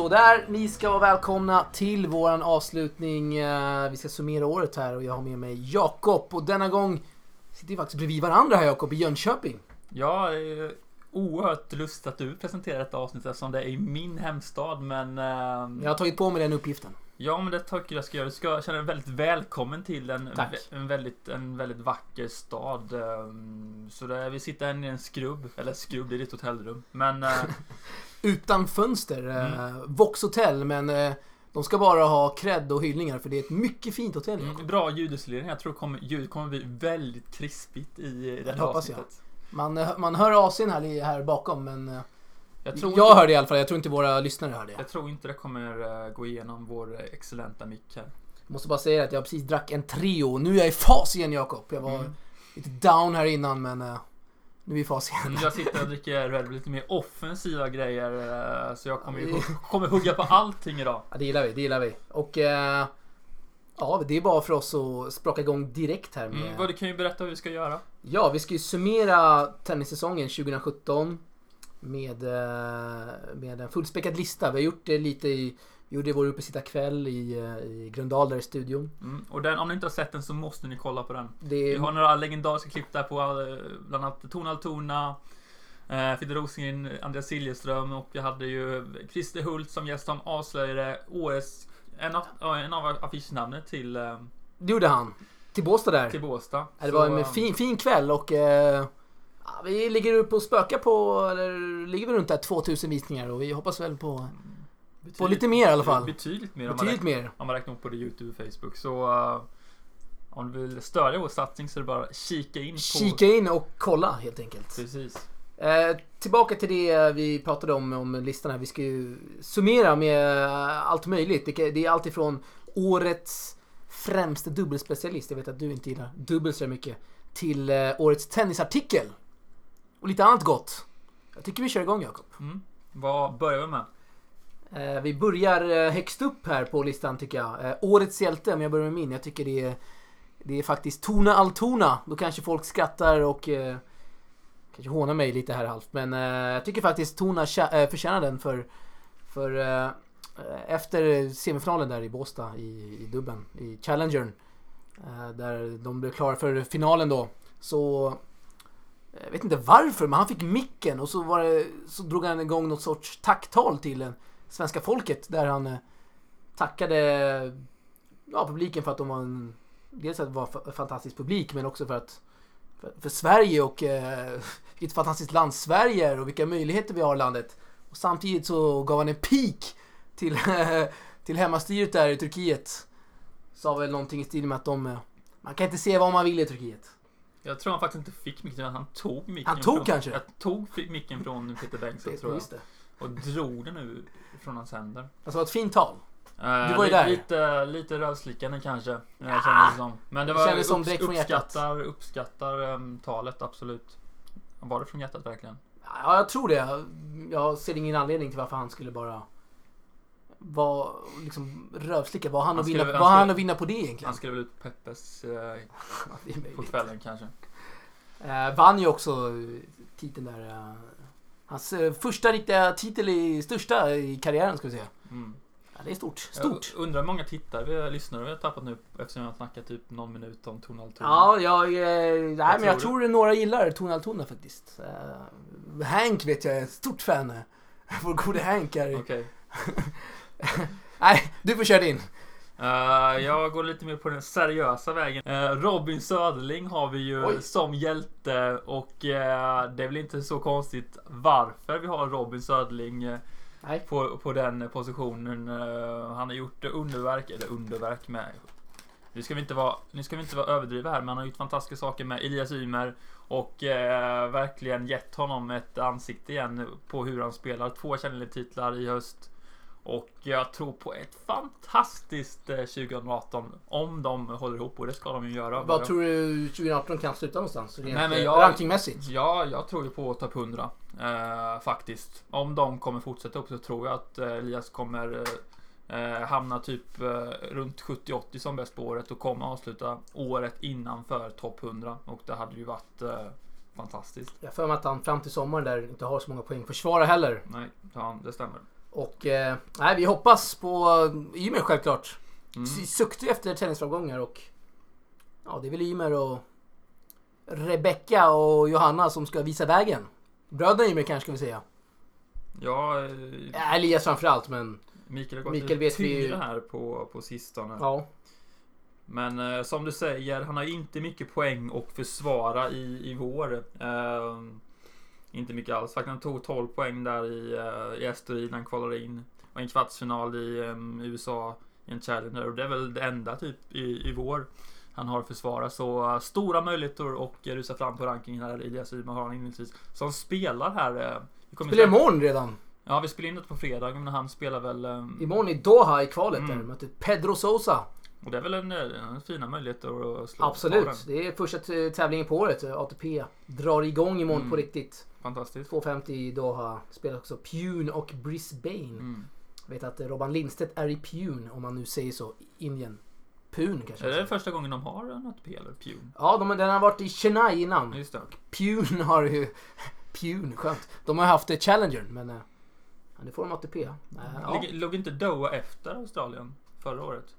Så där, ni ska vara välkomna till våran avslutning. Vi ska summera året här och jag har med mig Jakob. Och denna gång sitter vi faktiskt bredvid varandra här, Jakob, i Jönköping. Ja, det är oerhört lustigt att du presenterar detta avsnitt eftersom det är i min hemstad, men... Jag har tagit på mig den uppgiften. Ja, men det tycker jag ska göra. Du ska känna dig väldigt välkommen till en väldigt vacker stad. Så där, vi sitter här i en skrubb, eller skrubb, det är ditt hotellrum. Men... Utan fönster, Vox Hotel, men de ska bara ha cred och hyllningar för det är ett mycket fint hotell. Bra ljudisolering. Jag tror ljudet kommer bli väldigt krispigt i det här avsnittet. Man hör AC'n här bakom, men jag hör det i alla fall. Jag tror inte våra lyssnare hör det. Jag tror inte det kommer gå igenom vår excellenta mick här. Jag måste bara säga att jag precis drack en Treo. Nu är jag i fas igen, Jakob. Jag var lite down här innan, men nu är vi i fas igen. Jag sitter och dricker Red Bull, lite mer offensiva grejer, så jag kommer hugga på allting idag. Ja, det gillar vi. Och ja, det är bara för oss att spraka igång direkt här med... Vad du kan ju berätta hur vi ska göra. Ja, vi ska ju summera tennissäsongen 2017 med en fullspäckad lista. Vi har gjort det lite vi gjorde vår uppesittarkväll i Gröndal där i studion. Och den, om ni inte har sett den så måste ni kolla på den. Vi har några legendariska klipp där på bland annat Tone Altona, Fidde Rosengren, Andreas Siljeström, och vi hade ju Christer Hult som gäst som avslöjade årets en av affischnamnen till... Det gjorde han. Till Båstad där. Till Båstad. Det var en fin kväll och vi ligger upp och spökar på, eller ligger vi runt där 2000 visningar och vi hoppas väl på lite mer i alla fall. Betydligt mer. Om man räknar upp på det YouTube och Facebook. Så om du vill stödja vår satsning så är det bara kika in och kolla helt enkelt. Precis. Tillbaka till det vi pratade om listan här. Vi ska ju summera med allt möjligt. Det är allt ifrån årets främste dubbelspecialist, jag vet att du inte gillar dubbel så mycket, till årets tennisartikel och lite annat gott. Jag tycker vi kör igång, Jakob. Vad börjar vi med? Vi börjar högst upp här på listan tycker jag. Årets hjälte, om jag börjar med min. Jag tycker det är faktiskt Tone Altona. Då kanske folk skrattar och kanske hånar mig lite här halvt. Men jag tycker faktiskt Tona förtjänar den för efter semifinalen där i Båstad i dubben, i Challengern, där de blev klara för finalen då, så jag vet inte varför, men han fick micken och så drog han igång något sorts tacktal till svenska folket där han tackade publiken för att de var dels att det var en fantastisk publik, men också för Sverige och vilket fantastiskt land Sverige är och vilka möjligheter vi har i landet. Och samtidigt så gav han en pik till hemmastyret där i Turkiet. Sa väl någonting i stil med att man kan inte se vad man vill i Turkiet. Jag tror han faktiskt inte fick micken, han tog micken. Han tog kanske? Jag tog micken från Peter Bengtsson, tror jag. Och drog den nu från hans händer. Alltså ett fint tal. Du var ju där. Lite rövslickande kanske. Men det var som uppskattar talet, absolut. Var det från hjärtat verkligen? Ja, jag tror det. Jag ser ingen anledning till varför han skulle bara vara liksom rövslicka. Vad han att vinna på det egentligen? Han skulle väl ut Peppes på kvällen kanske. Vann ju också titeln där. Hans första riktiga titel största i karriären, ska vi säga. Ja, det är stort. Jag undrar hur många tittare lyssnare vi har tappat nu eftersom jag har snackat typ någon minut om Tone Altona. Jag tror det några gillar Tone Altona faktiskt. Hank vet jag är ett stort fan. Vår gode Hank är... Okej. Nej, du får köra in. Jag går lite mer på den seriösa vägen. Robin Söderling har vi ju som hjälte, och det är väl inte så konstigt varför vi har Robin Söderling på den positionen. Han har gjort underverk med. Nu ska vi inte vara överdriva här, men han har gjort fantastiska saker med Elias Ymer och verkligen gett honom ett ansikte igen på hur han spelar. 2 Challenger-titlar i höst. Och jag tror på ett fantastiskt 2018 om de håller ihop, och det ska de ju göra. Vad tror du 2018 kan sluta någonstans? Rankingmässigt? Ja, jag tror ju på topp 100 faktiskt. Om de kommer fortsätta upp så tror jag att Elias kommer hamna typ runt 70-80 som bäst på året och kommer avsluta året innanför topp 100, och det hade ju varit fantastiskt. Jag för mig att han fram till sommaren där inte har så många poäng försvara heller. Nej, det stämmer. Och nej, vi hoppas på Ymer självklart. Suktar efter tennisframgångar och ja, det är väl Ymer och Rebecca och Johanna som ska visa vägen. Bröderna Ymer kanske ska vi säga. Ja, Elias framförallt, men Mikael vet vi ju här på sistone. Ja. Men som du säger, han har inte mycket poäng att försvara i vår. Inte mycket alls. Faktiskt han tog 12 poäng där i Estoril när han kvalade in. Och en kvartsfinal i USA i en Challenger. Och det är väl det enda typ i vår han har försvarat. Så stora möjligheter att rusa fram på rankingen här. Elias Ymer har han inledningsvis. Som spelar här. Spelar imorgon redan. Ja, vi spelar in det på fredag. Men han spelar väl... imorgon i Doha i kvalet där. Möter Pedro Sousa. Och det är väl en fina möjligheter att slå. Absolut. Det är första tävlingen på året. ATP drar igång imorgon på riktigt. Fantastiskt. 250 i Doha. Spelar också Pune och Brisbane. Jag vet att Robban Lindstedt är i Pune, om man nu säger så. Indien. Pune kanske. Är det första gången de har en ATP eller Pune? Ja, den har varit i Chennai innan. Just det. Pune har ju... Pune, skönt. De har haft Challenger, men nu får de ATP. Ja. Låg inte Doha efter Australien förra året?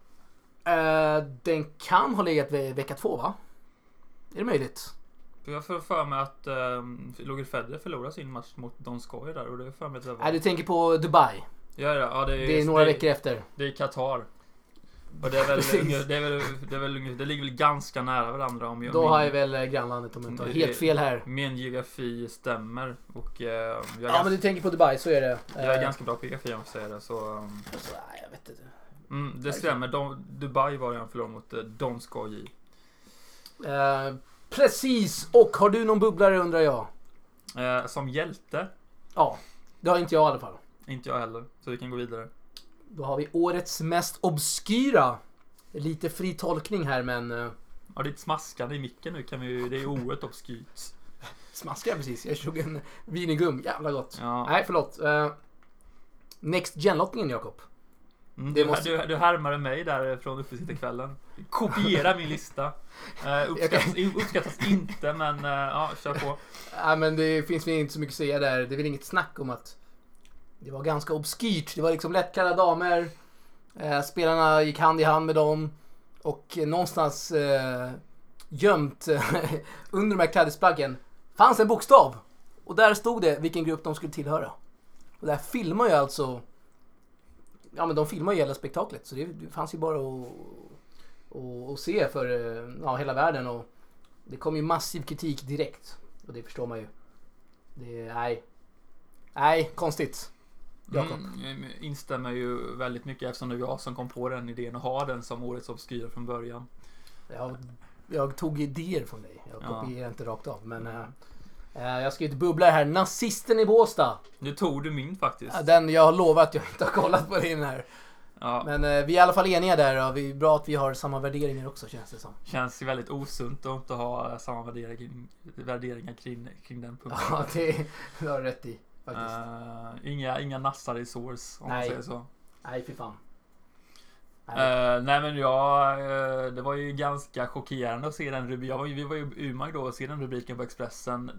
Den kan ha legat vecka 2, va? Är det möjligt? Jag får för mig att Roger Federer förlorade sin match mot Donskoy där. Och det är för mig att det var... Nej, du tänker på Dubai. Ja, det är några veckor efter. Det är Qatar. Och det är väl det ligger väl ganska nära varandra om jag. Då har jag väl grannlandet om jag inte har helt fel här. Min geografi stämmer och men du tänker på Dubai, så är det. Jag är ganska bra på geografi om jag säger det så. Nej, jag vet inte. Det stämmer. Dubai var jag förlorade mot Donskoy. Precis. Och har du någon bubblare, undrar jag? Som hjälte? Ja, det har inte jag i alla fall. Inte jag heller, så vi kan gå vidare. Då har vi årets mest obskyra. Lite fri tolkning här, men... Ja, det är ett smaskande i micken nu. Det är oerhört obskyrt. Smaskar precis. Jag tog en vinigum. Jävla gott. Ja. Nej, förlåt. Next Gen-lottningen, Jakob. Du härmade mig där från uppesittarkvällen. Kopiera min lista. Uppskattas inte, men kör på. Nej, men det finns väl inte så mycket att säga där. Det är väl inget snack om att det var ganska obskyrt. Det var liksom lättklädda damer. Spelarna gick hand i hand med dem. Och någonstans gömt under de här klädesplaggen fanns en bokstav. Och där stod det vilken grupp de skulle tillhöra. Och där filmar ju alltså... Ja, men de filmar ju hela spektaklet. Så det fanns ju bara att se för hela världen. Och det kom ju massiv kritik direkt. Och det förstår man ju. Nej, konstigt. Jag instämmer ju väldigt mycket eftersom det var jag som kom på den idén och har den som årets obskyra från början. Jag tog idéer från dig. Jag kopierar inte rakt av. Men jag ska inte bubbla här. Nazisten i Båstad. Nu tog du min faktiskt. Den jag har lovat att jag inte har kollat på den här. Ja. Men vi är i alla fall eniga där. Och det är bra att vi har samma värderingar också, känns det som. Känns väldigt osunt att inte ha samma värderingar kring den punkten. Ja, det har du rätt i. Inga nassar i source om man säger så. Nej, fy fan. Nej men det var ju ganska chockerande att se den rubriken. Vi var ju Umag då och se den rubriken på Expressen.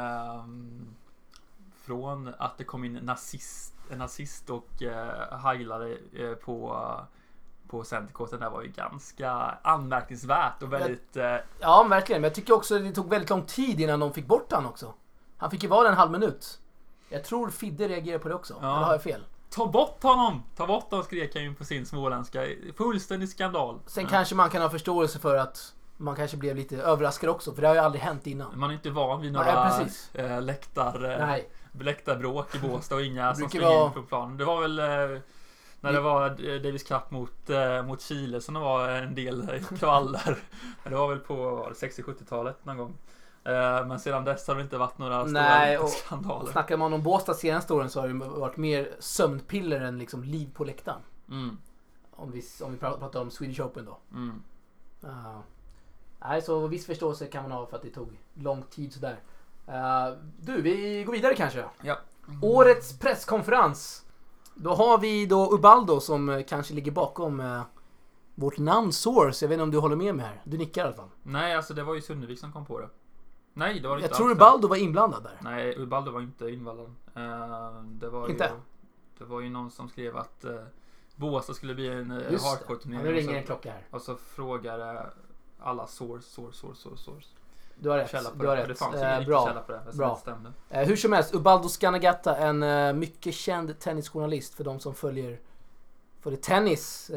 Från att det kom in en nazist och heilade på centerkorten. Det var ju ganska anmärkningsvärt och väldigt... Ja, verkligen. Men jag tycker också att det tog väldigt lång tid innan de fick bort han också. Han fick ju vara en halv minut. Jag tror Fidde reagerar på det också. Eller har jag fel? Ta bort honom, skrek han ju på sin småländska. Fullständig skandal. Sen kanske man kan ha förståelse för att man kanske blev lite överraskad också. För det har ju aldrig hänt innan. Man är inte van vid några läktarbråk i Båstad och inga som springer in på planen. Det var väl när det var Davis Cup mot Chile som det var en del kravaller. Men det var väl på 60-70-talet någon gång. Men sedan dess har det inte varit några stora skandaler. Snackar man om Båstad senaste åren så har det varit mer sömnpiller än liksom liv på läktaren. Om vi pratar om Swedish Open då. Nej, så viss förståelse kan man ha för att det tog lång tid sådär. Vi går vidare kanske. Ja. Årets presskonferens. Då har vi då Ubaldo som kanske ligger bakom vårt namn Source. Jag vet inte om du håller med mig här. Du nickar i alla fall. Nej, alltså det var ju Sunnevik som kom på det. Nej, det var det inte. Jag tror Ubaldo var inblandad där. Nej, Ubaldo var inte inblandad. Det var inte? Det var ju någon som skrev att Båstad skulle bli en hardcore-turnering. Nu ringer en klocka här. Och så frågade alla source. Du har rätt. Källa på det. Det fanns ingen riktig källa på det. Bra. Hur som helst, Ubaldo Skanagata, en mycket känd tennisjournalist för de som följer tennis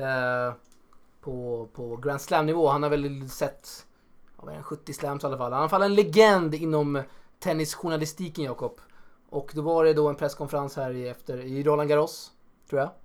på Grand Slam-nivå. Han har väl sett 70 slams i alla fall. Han är i alla fall en legend inom tennisjournalistiken, Jakob. Och då var det en presskonferens här i Roland Garros, tror jag.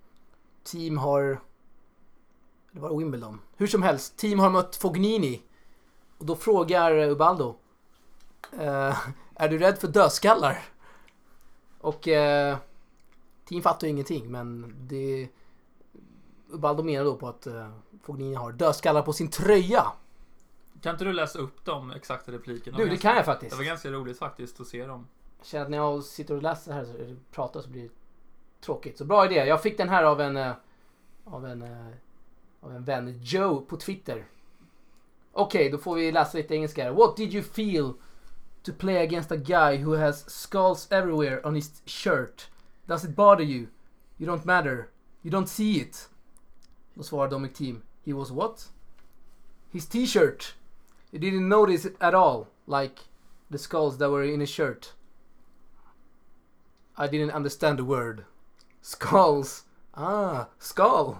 Det var Wimbledon. Hur som helst, team har mött Fognini. Och då frågar Ubaldo, är du rädd för dödskallar? Och team fattar ju ingenting, men Ubaldo menar då på att Fognini har dödskallar på sin tröja. Kan inte du läsa upp de exakta replikerna? Det kan jag faktiskt. Det var ganska roligt faktiskt att se dem. Jag känner att när jag sitter och läser här så pratar så blir det tråkigt. Så bra idé. Jag fick den här av en vän, Joe, på Twitter. Okej, då får vi läsa lite engelska här. What did you feel to play against a guy who has skulls everywhere on his shirt? Does it bother you? You don't matter. You don't see it. Då svarade Dominic Thiem. He was what? His t-shirt. You didn't notice it at all. Like the skulls that were in his shirt. I didn't understand the word. Skulls. Skull.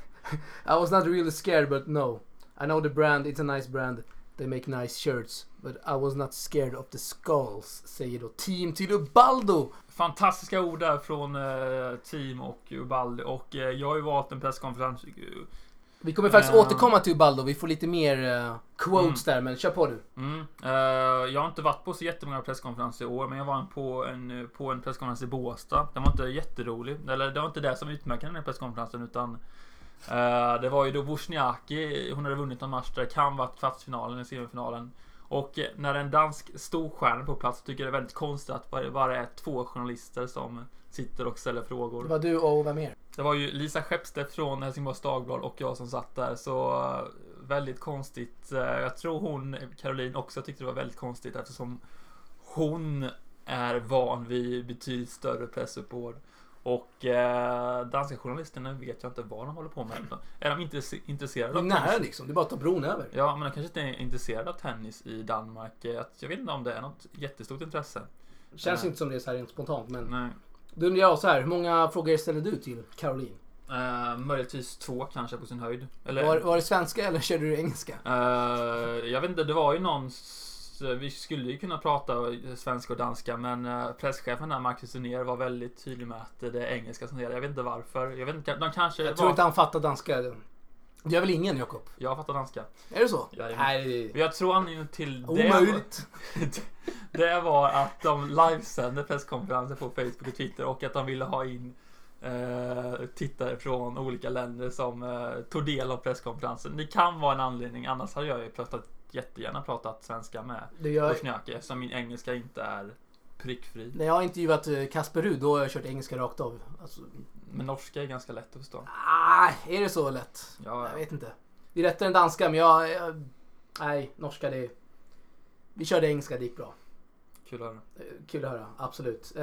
I was not really scared, but no. I know the brand, it's a nice brand. They make nice shirts. But I was not scared of the skulls, säger då Thiem till Ubaldo. Fantastiska ord där från Thiem och Ubaldo. Och jag har ju valt en presskonferens. Vi kommer faktiskt återkomma till Ubaldo. Vi får lite mer quotes där, men kör på du. Jag har inte varit på så jättemånga presskonferenser i år, men jag var på en presskonferens i Båstad. Den var inte jätterolig. Eller det var inte det som utmärkte den här presskonferensen, utan det var ju då Wozniacki. Hon hade vunnit en match där, kan vara kvartsfinalen eller semifinalen. Och när en dansk storstjärna på plats, tycker jag det är väldigt konstigt att bara är 2 journalister som sitter och ställer frågor. Det var du och vem mer? Det var ju Lisa Skeppstedt från Helsingborgs Dagblad och jag som satt där. Så väldigt konstigt. Jag tror Caroline också tyckte det var väldigt konstigt, eftersom hon är van vid betydligt större pressuppbåd. Och danska journalisterna vet jag inte vad de håller på med. Är de inte intresserade av tennis? Nej, liksom. Det är bara att ta bron över. Ja, men de kanske inte är intresserade av tennis i Danmark. Jag vet inte om det är något jättestort intresse. Känns inte som det är så här rent spontant, men... Nej. Då undrar jag så här, hur många frågor ställer du till Caroline? Möjligtvis 2 kanske på sin höjd. Eller... Var det svenska eller körde du engelska? Jag vet inte, det var ju någon... Vi skulle ju kunna prata svenska och danska, men presschefen där, Marcus Ner, var väldigt tydlig med att det är engelska som gäller. Jag vet inte varför. Jag tror inte han fattar danska. Det är väl ingen, Jakob? Jag fattar danska. Är det så? Nej. Jag tror anledningen till omöjligt. Det var att de livesände presskonferenser på Facebook och Twitter, och att de ville ha in tittare från olika länder som tog del av presskonferensen. Det kan vara en anledning, annars hade jag ju jättegärna pratat svenska med Wozniacki, som min engelska inte är prickfri. När jag har intervjuat Kasper Ruud, då har jag kört engelska rakt av. Alltså... Men norska är ganska lätt att förstå. Är det så lätt? Ja. Jag vet inte. Det är rättare än danska, men nej, norska det är... Vi körde engelska, det gick bra. Kul att höra, absolut.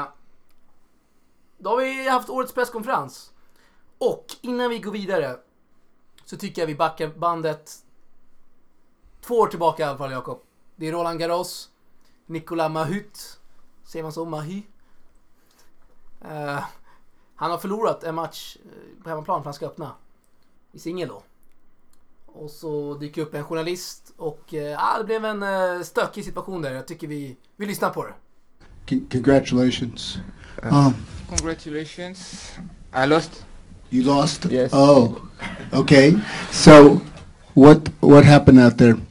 Då har vi haft årets presskonferens. Och innan vi går vidare så tycker jag vi backar bandet 2 år tillbaka i alla fall, Jakob. Det är Roland Garros, Nicolas Mahut. Säger man så? Mahut? Han har förlorat en match på hemmaplan för han ska öppna i singel då. Och så dyker upp en journalist och det blev en stökig situation där. Jag tycker vi lyssnar på det. Congratulations. Congratulations. I lost. You lost? Yes. Oh, okay. So, what happened out there?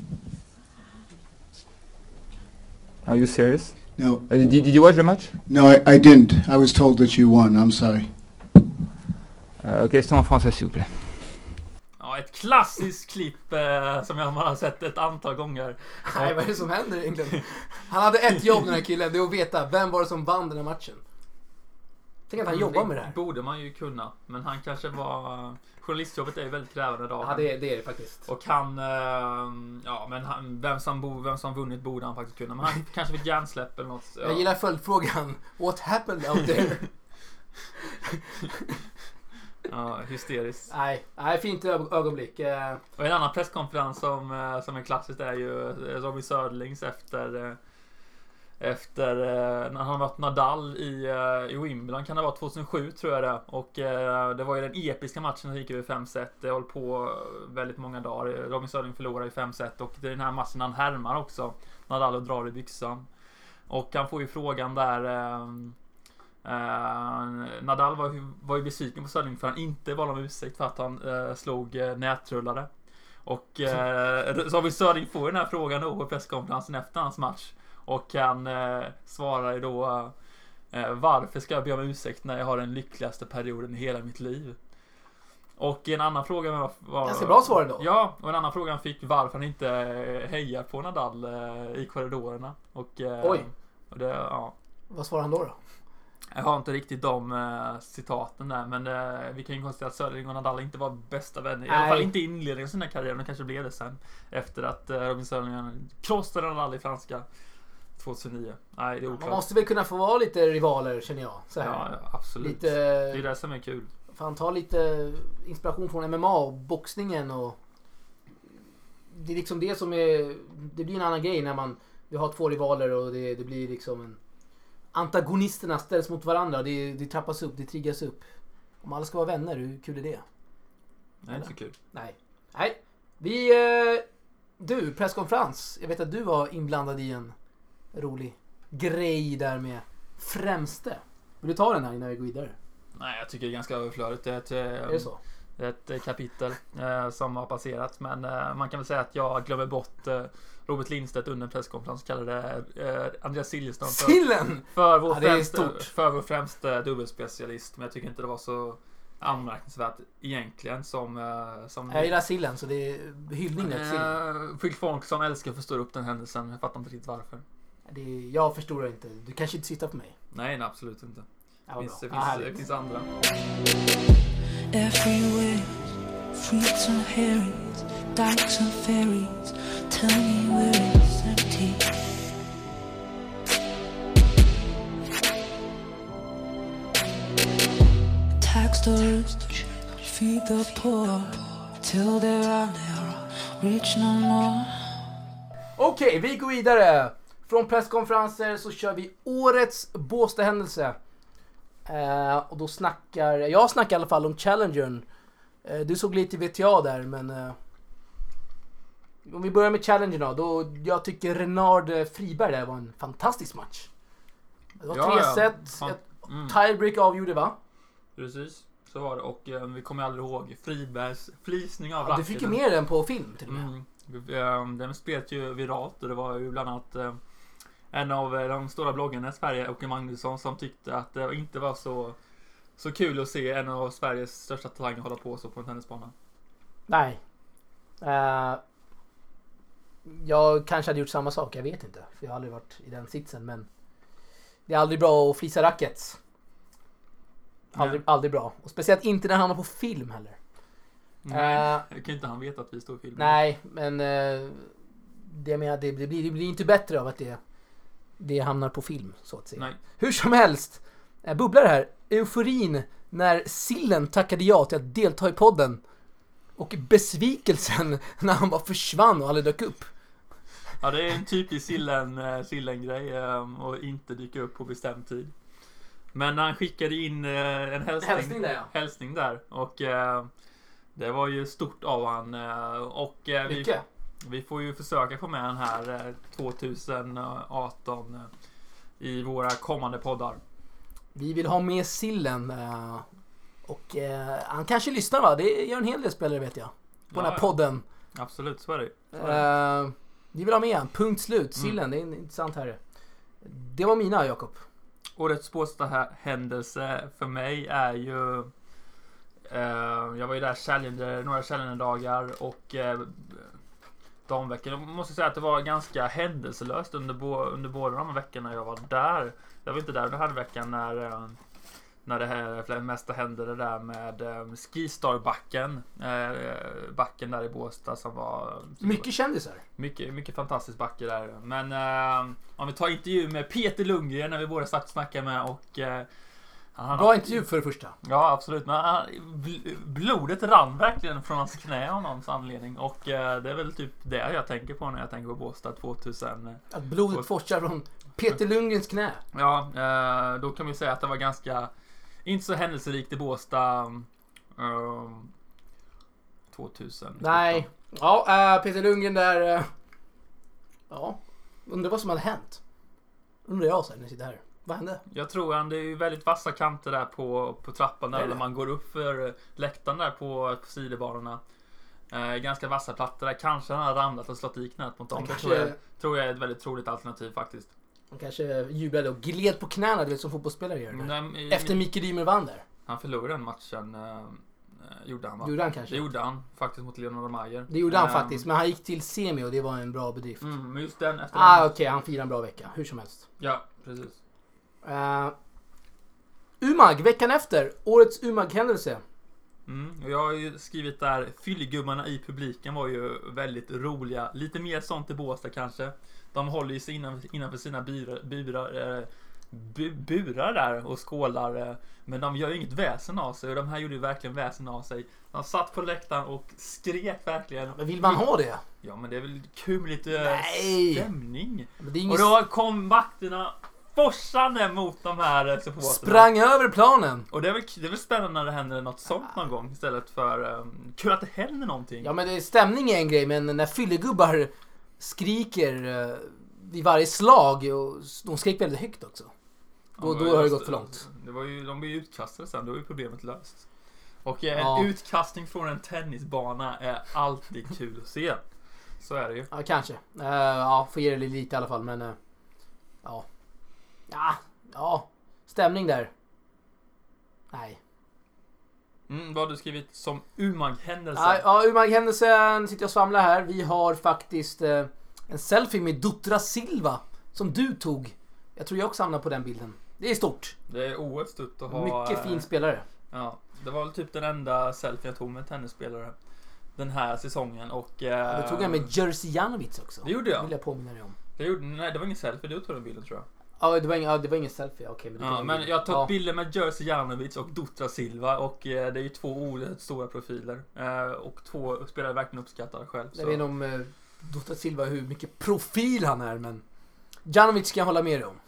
Are you serious? No. Did you watch the match? No, I didn't. I was told that you won. I'm sorry. Okej, stå en français s'il vous plaît. Ja, ett klassiskt klipp som man har sett ett antal gånger. Nej, vad är det som händer egentligen? Han hade ett jobb, den här killen, det är att veta vem var det som vann den här matchen. Tänk att han jobbar med det här. Borde man ju kunna, men han kanske var... Journalistjobbet är ju väldigt krävande idag. Ja, det är det faktiskt. Och han, vem som vunnit borde han faktiskt kunna. Men han kanske fick hjärnsläpp eller något. Ja. Jag gillar följdfrågan. What happened out there? Ja, hysteriskt. Nej, fint ögonblick. Och en annan presskonferens som är klassiskt är ju Robin Söderlings efter när han varit Nadal i Wimbledon, kan det vara 2007 tror jag det. Och det var ju den episka matchen som gick över 5 set. Det höll på väldigt många dagar. Robin Söderling förlorade i 5 set och det är den här matchen han härmar också Nadal och drar i byxan. Och han får ju frågan där Nadal var ju besviken på Söderling för han inte var någon ursäkt för att han slog nätrullare. Och Robin Söderling får den här frågan då på presskonferensen efter hans match. Och han svarar ju då varför ska jag be om ursäkt när jag har den lyckligaste perioden i hela mitt liv? Och en annan fråga var ganska bra svar då. Ja, och en annan fråga han fick varför han inte hejar på Nadal i korridorerna. Och, Oj. Och det, ja. Vad svarar han då? Jag har inte riktigt de citaten där, men vi kan ju konstatera att Söderling och Nadal inte var bästa vänner. I alla fall inte i inledningen av sina karriärer, men kanske blev det sen. Efter att Robin Söderling krossade Nadal i franska 2009. Nej, det är oklart. Man måste väl kunna få vara lite rivaler, känner jag. Så här. Ja, absolut. Lite, det är det som är kul. Fan, ta lite inspiration från MMA och boxningen och det är liksom det som är, det blir en annan grej när vi har 2 rivaler och det blir liksom antagonisterna ställs mot varandra. Det trappas upp, det triggas upp. Om alla ska vara vänner, hur kul är det? Nej, inte så kul. Nej. Du, presskonferens. Jag vet att du var inblandad i en rolig grej där med Främste. Vill du ta den här innan vi går vidare? Nej, jag tycker det är ganska överflödigt. Det Är det så? ett kapitel som har passerat. Men man kan väl säga att jag glömmer bort Robert Lindstedt under en presskonferens kallade Andreas Siljeström för vår främste dubbelspecialist. Men jag tycker inte det var så anmärkningsvärt egentligen som jag gillar sillen, så det är hyllning till sillen. Fick folk som älskar att förstå upp den händelsen. Jag fattar inte riktigt varför. Jag förstår inte. Du kanske inte sitter på mig. Nej, absolut inte. Det finns andra. Everywhere, fruits and herrings, dykes and ferries, tell me where it's empty. Tax the rich, feed the poor, till they are rich no more. Okej, vi går vidare. Från presskonferenser så kör vi årets Båstad-händelse. Och då jag snackar i alla fall om Challengern. Du såg lite VTA där, men om vi börjar med Challengern då jag tycker Renard Friberg där var en fantastisk match. Det var 3 set, tiebreak avgjorde, va? Precis, så var det. Och vi kommer aldrig ihåg Fribergs flisning av racketen. Du fick ju med den på film till och med. Den spelade ju viralt och det var ju bland annat en av de stora bloggarna i Sverige, Åke Magnusson, som tyckte att det inte var så kul att se en av Sveriges största talanger hålla på så på en tennisbana. Nej. Jag kanske hade gjort samma sak, jag vet inte. För jag har aldrig varit i den sitsen, men det är aldrig bra att flisa rackets. Aldrig bra. Och speciellt inte när han var på film heller. Nej, kan inte han veta att vi står i film. Nej, men det blir inte bättre av att det hamnar på film, så att säga. Nej. Hur som helst, bubblar det här. Euforin när Sillen tackade ja till att delta i podden. Och besvikelsen när han bara försvann och aldrig dök upp. Ja, det är en typisk Sillen-grej och inte dyka upp på bestämd tid. Men han skickade in en hälsning där. Och det var ju stort av han. Och vi får ju försöka få med den här 2018 i våra kommande poddar. Vi vill ha med Sillen. Och han kanske lyssnar, va? Det gör en hel del spelare, vet jag. På den här podden. Absolut, så är det. Vi vill ha med han. Punkt slut. Sillen, det är en intressant här. Det var mina, Jakob. Årets Båstad-händelse för mig är ju jag var ju där några Challenger-dagar och damveckan. Jag måste säga att det var ganska händelselöst under båda de veckorna jag var där. Jag var inte där under halvveckan när det här mesta hände, det där med Skistar-backen. Backen där i Båstad som var... Mycket kändisar. Mycket fantastisk backe där. Men om vi tar intervju med Peter Lundgren när vi båda satt och snackade med och Bra intervju för det första. Ja, absolut. Men blodet rann verkligen från hans knä av någons anledning. Och det är väl typ det jag tänker på när jag tänker på Båstad 2000. Att blodet forsar från Peter Lundgrens knä. Ja, då kan vi säga att det var ganska inte så händelserikt i Båstad 2000. Nej. Ja, Peter Lundgren där. Ja, undrar vad som hade hänt. Undrar jag så här när jag sitter här. Vad hände? Jag tror det är ju väldigt vassa kanter där på trappan där när man går upp för läktaren där på sidobanorna. Ganska vassa plattor där. Kanske han har ramlat och slått i knät mot dem. Tror jag är ett väldigt troligt alternativ faktiskt. Han kanske jublade och gled på knäna, du vet som fotbollsspelare gör. Efter Micke Dymer vann där. Han förlorade den matchen. Gjorde han, va? Gjorde han kanske? Det gjorde han faktiskt mot Leonardo Mayer. Det gjorde han faktiskt, men han gick till semi och det var en bra bedrift. Men just den efter okej, han firar en bra vecka. Hur som helst. Ja, precis. Umag, veckan efter. Årets Umag-händelse. Och jag har ju skrivit där, fyllegummarna i publiken var ju väldigt roliga. Lite mer sånt i Båstad kanske. De håller ju sig innanför sina burar där och skålar. Men de gör ju inget väsen av sig. Och de här gjorde ju verkligen väsen av sig. De satt på läktaren och skrek verkligen. Men vill man ha det? Ja, men det är väl kul med lite stämning. Och då kom vakterna forsande mot de här supporterna. Sprang över planen. Och det är väl spännande när det händer något sånt någon gång. Istället för kul att det händer någonting. Ja, men stämning är en grej. Men när fyllegubbar skriker vid varje slag. Och de skrek väldigt högt också. Då har det gått för långt. De blev utkastade sen, då är ju problemet löst. Och en utkastning från en tennisbana är alltid kul att se. Så är det ju. Ja, kanske. Får ge det lite i alla fall, men ja. Stämning där. Nej. Vad har du skrivit som Umag-händelse? Ja, Umag-händelsen sitter jag och svamlar här. Vi har faktiskt en selfie med Dutra Silva som du tog. Jag tror jag också hamnar på den bilden. Det är stort. Det är oerhört stort att ha. Mycket fin spelare. Ja, det var typ den enda selfie jag tog med tennisspelare den här säsongen. Och du tog jag med Jerzy Janovic också. Det gjorde jag. Vill jag påminna dig om. Nej, det var ingen selfie. Du tog den bilden, tror jag. Ja, det var ingen selfie. Okej, men jag tog bilder med Jerzy Janovic och Dutra Silva. Och det är ju två oerhört stora profiler. Och två spelare verkligen uppskattade själv. Jag vet inte om Dutra Silva hur mycket profil han är, men Janovic ska jag hålla med dig om.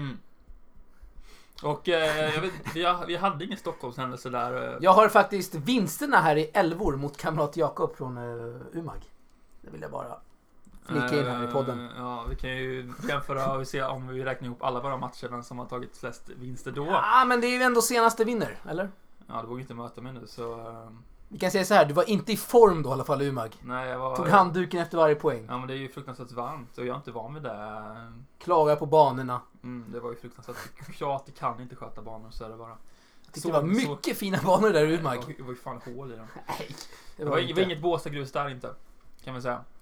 Och jag vet, vi hade ingen Stockholmshändelse där. Jag har faktiskt vinsterna här i Älvor mot kamrat Jakob från Umag. Det vill jag bara flika in här i podden. Ja, vi kan ju jämföra och se om vi räknar ihop alla våra matcher som har tagit flest vinster då. Ja, men det är ju ändå senaste vinner, eller? Ja, det vågar inte möta mig nu, så... Vi kan säga så här, du var inte i form då i alla fall, Umag. Nej, jag var... Tog handduken efter varje poäng. Ja, men det är ju fruktansvärt varmt och jag är inte van med det. Klagar på banorna. Det var ju fruktansvärt. Kroater kan inte sköta banor, så är det bara. Det var mycket fina banor där, Umag. Det var ju fan hål i dem. Nej, det var inget Båstadgrus där inte, kan man säga.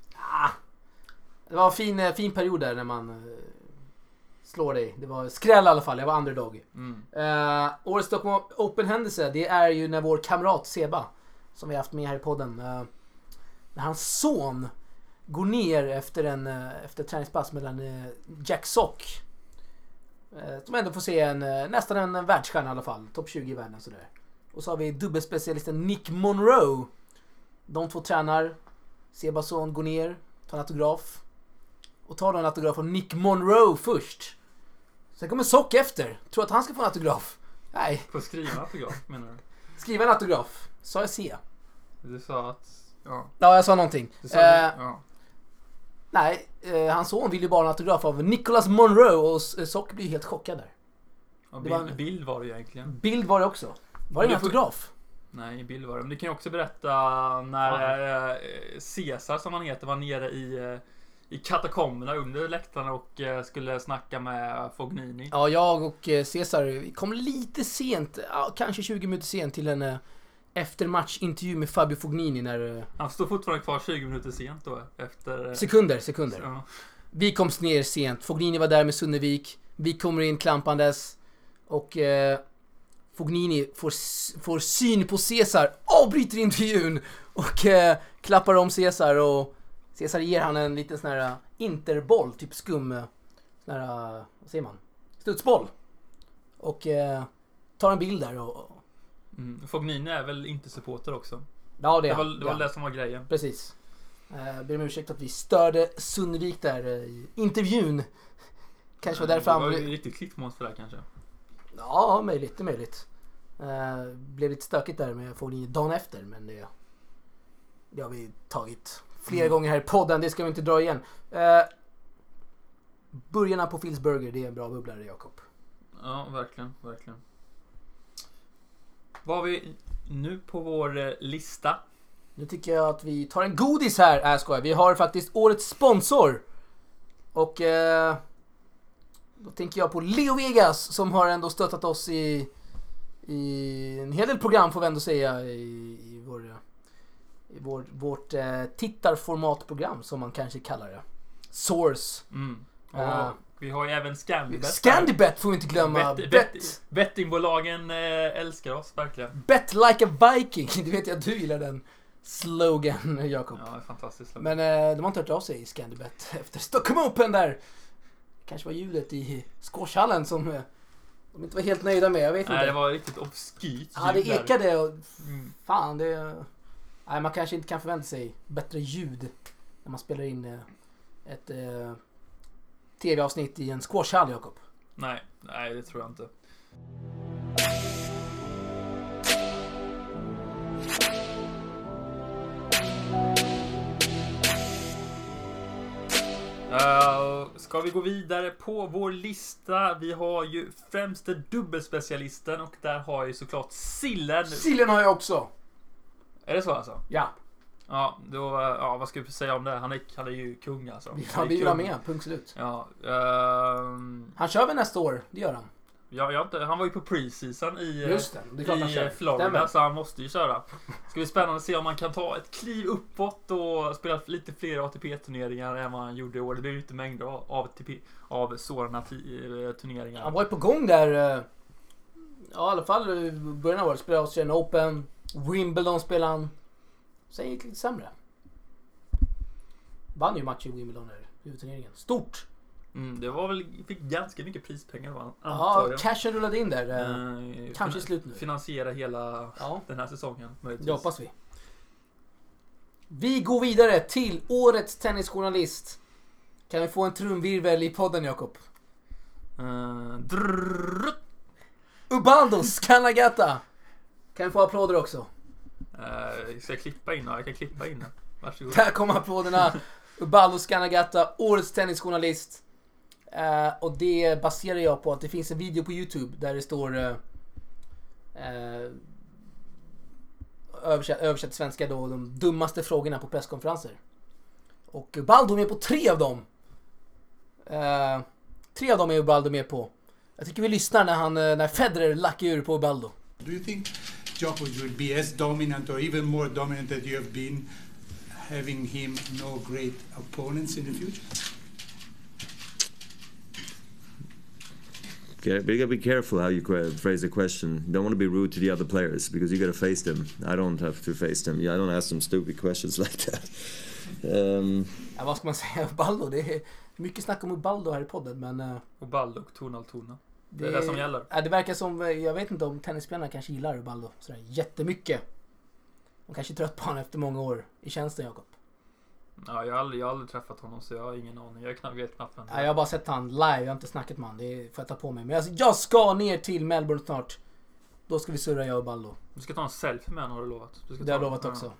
Det var en fin period där när man slår dig. Det var skräll i alla fall, jag var underdog. Årets Stockholm Open-händelse, det är ju när vår kamrat Seba, som vi har haft med här i podden, när hans son går ner efter träningspass mellan Jack Sock, som ändå får se nästan en världsstjärna i alla fall, topp 20 i världen sådär. Och så har vi dubbelspecialisten Nick Monroe. De två tränar. Sebas son går ner, tar en autograf. Och tar en autograf från Nick Monroe först. Sen kommer Sock efter. Tror att han ska få en autograf. Nej. Får skriva en autograf, menar du? Skriva en autograf. Sa jag se? Du sa att... Ja, jag sa någonting. Ja. Nej, hans son vill ju bara en autograf av Nicholas Monroe. Och Sock blir helt chockad där. Ja, bild var det egentligen. Bild var det också. Var det en autograf? Nej, bild var det. Men du kan ju också berätta när Cesar, som han heter, var nere i katakomberna under läktarna och skulle snacka med Fognini. Ja, jag och Cesar kom lite sent, kanske 20 minuter sent till en eftermatchintervju med Fabio Fognini när... Han stod fortfarande kvar 20 minuter sent då efter... Sekunder. Ja. Vi kom ner sent. Fognini var där med Sunnevik. Vi kommer in klampandes och Fognini får syn på Cesar, avbryter intervjun och klappar om Cesar, och Cesar ger han en liten sån här interboll, typ skum, sån här, vad säger man? Studsboll. Och tar en bild där och... Fognini är väl inte supporter också? Ja, det var det som var grejen. Precis. Ber om ursäkt att vi störde Sundvik där i intervjun. Kanske var därför han... Det var ju riktigt klippmonster där kanske. Ja, möjligt. Blev lite stökigt där med Fognini dagen efter, men det har vi tagit flera gånger här i podden. Det ska vi inte dra igen. Burgarna på Phil's Burger, det är en bra bubblare, Jakob. Ja, verkligen. Vad har vi nu på vår lista? Nu tycker jag att vi tar en godis här. Skojar. Vi har faktiskt årets sponsor. Och då tänker jag på Leo Vegas, som har ändå stöttat oss i en hel del program, får vi ändå säga, i vårt tittarformatprogram, som man kanske kallar det. Source. Vi har ju även Scandibet. Scandibet får vi inte glömma. Bettingbolagen älskar oss verkligen. Bet like a Viking. Det vet jag att du gillar den slogan, Jakob. Ja, fantastiskt. Men de har inte hört av sig i Scandibet efter Stockholm Open där. Kanske var ljudet i Skårshallen som de inte var helt nöjda med. Jag vet inte. Nej, det var riktigt obskyrt. Ja, det ekade och fan, nej, man kanske inte kan förvänta sig bättre ljud när man spelar in ett tv-avsnitt i en squashhall, Jakob. Nej, det tror jag inte. Ska vi gå vidare på vår lista? Vi har ju främste dubbelspecialisten, och där har ju såklart Sillen. Sillen har jag också. Är det så alltså? Ja. Ja, då, vad ska vi säga om det? Han är ju kung alltså. Ja, vi vill ha med, punkt slut. Ja, han kör väl nästa år, det gör han. Ja, han var ju på preseason i Florida, så han måste ju köra. Ska bli spännande att se om man kan ta ett kliv uppåt och spela lite fler ATP-turneringar än vad han gjorde i år. Det blir ju inte mängder av sådana turneringar. Han var ju på gång där, ja, i alla fall i början av året. Spelade Australian Open, Wimbledon spelade han. Sen gick lite sämre. Vann ju match i Wimbledon där, huvudturneringen. Stort! Det var väl, fick ganska mycket prispengar, va? Ja, cashen rullade in där. Kanske slut nu. Finansiera hela den här säsongen. Det hoppas vi. Vi går vidare till årets tennisjournalist. Kan vi få en trumvirvel i podden, Jakob? Ubaldo Skanagata. Kan vi få applåder också? Ska jag klippa in? Jag kan klippa in den. Varsågod. Där kommer applåderna. Ubaldo Skanagata, årets tennisjournalist. Och det baserar jag på att det finns en video på YouTube där det står översatt svenska då, de dummaste frågorna på presskonferenser. Och Ubaldo är med på 3 av dem. 3 av dem är Ubaldo med på. Jag tycker vi lyssnar när Federer lackar ur på Ubaldo. Do you think Djokovic will be as dominant or even more dominant that you have been, having him no great opponents in the future? Okay, but you gotta be careful how you phrase the question. You don't want to be rude to the other players because you gotta face them. I don't have to face them. I don't ask them stupid questions like that. Ja, vad ska man säga? Ubaldo, det är mycket snack om Ubaldo här i podden, men Ubaldo och Tona. Det är det som gäller. Ja, det verkar som, jag vet inte om tennisspelarna kanske gillar Ubaldo sådär jättemycket. De kanske är trött på honom efter många år i tjänsten, Jakob. Ja, jag har aldrig träffat honom, så jag har ingen aning. Jag vet knappt vem. Ja, jag har bara sett han live, jag har inte snackat med han. Det får jag ta på mig. Men alltså, jag ska ner till Melbourne snart. Då ska vi surra, jag och Baldo. Du ska ta en selfie med honom, har du lovat. Det har jag lovat också.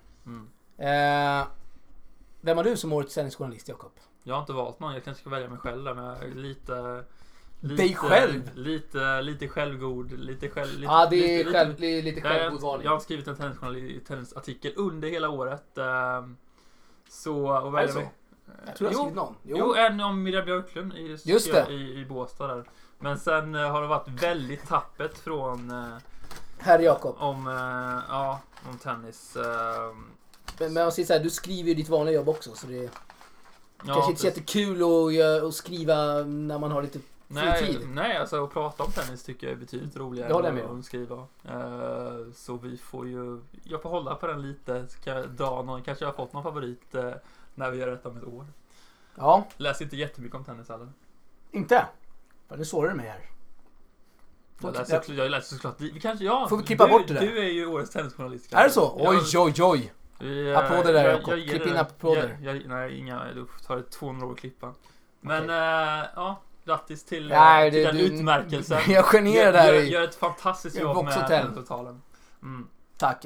Vem har du som årets tennisjournalist, Jakob? Jag har inte valt någon, jag kanske ska välja mig själv där, men lite dig själv? Lite självgod. Ja, det är lite självgodvarning. Jag har skrivit en tennisartikel under hela året. Så och välja mig. Jag tror jag har skrivit någon. Jo, en om Miriam Björklund i Båstad där. Men sen har det varit väldigt tappet från Herr Jakob om tennis. Men man säger så här, du skriver ju ditt vanliga jobb också, så det kanske inte är jättekul att skriva när man har lite fritid. Nej, alltså att prata om tennis tycker jag är betydligt roligare än att skriva. Så vi får ju, jag får hålla på den lite. Ska jag dra någon, kanske jag har fått någon favorit när vi gör detta om ett år. Ja. Läser inte jättemycket om tennis heller. Inte? För nu sårar du mig här. Jag läser såklart. Vi kanske, får vi klippa bort det där? Du är ju årets tennisjournalist. Är det så? Oj. Applåder där, Jakob. Klipp in applåder. Nej, du tar det 200 år att klippa. Men grattis till den utmärkelsen. Jag generar där. Gör ett fantastiskt jobb med tennisavtalen. Tack.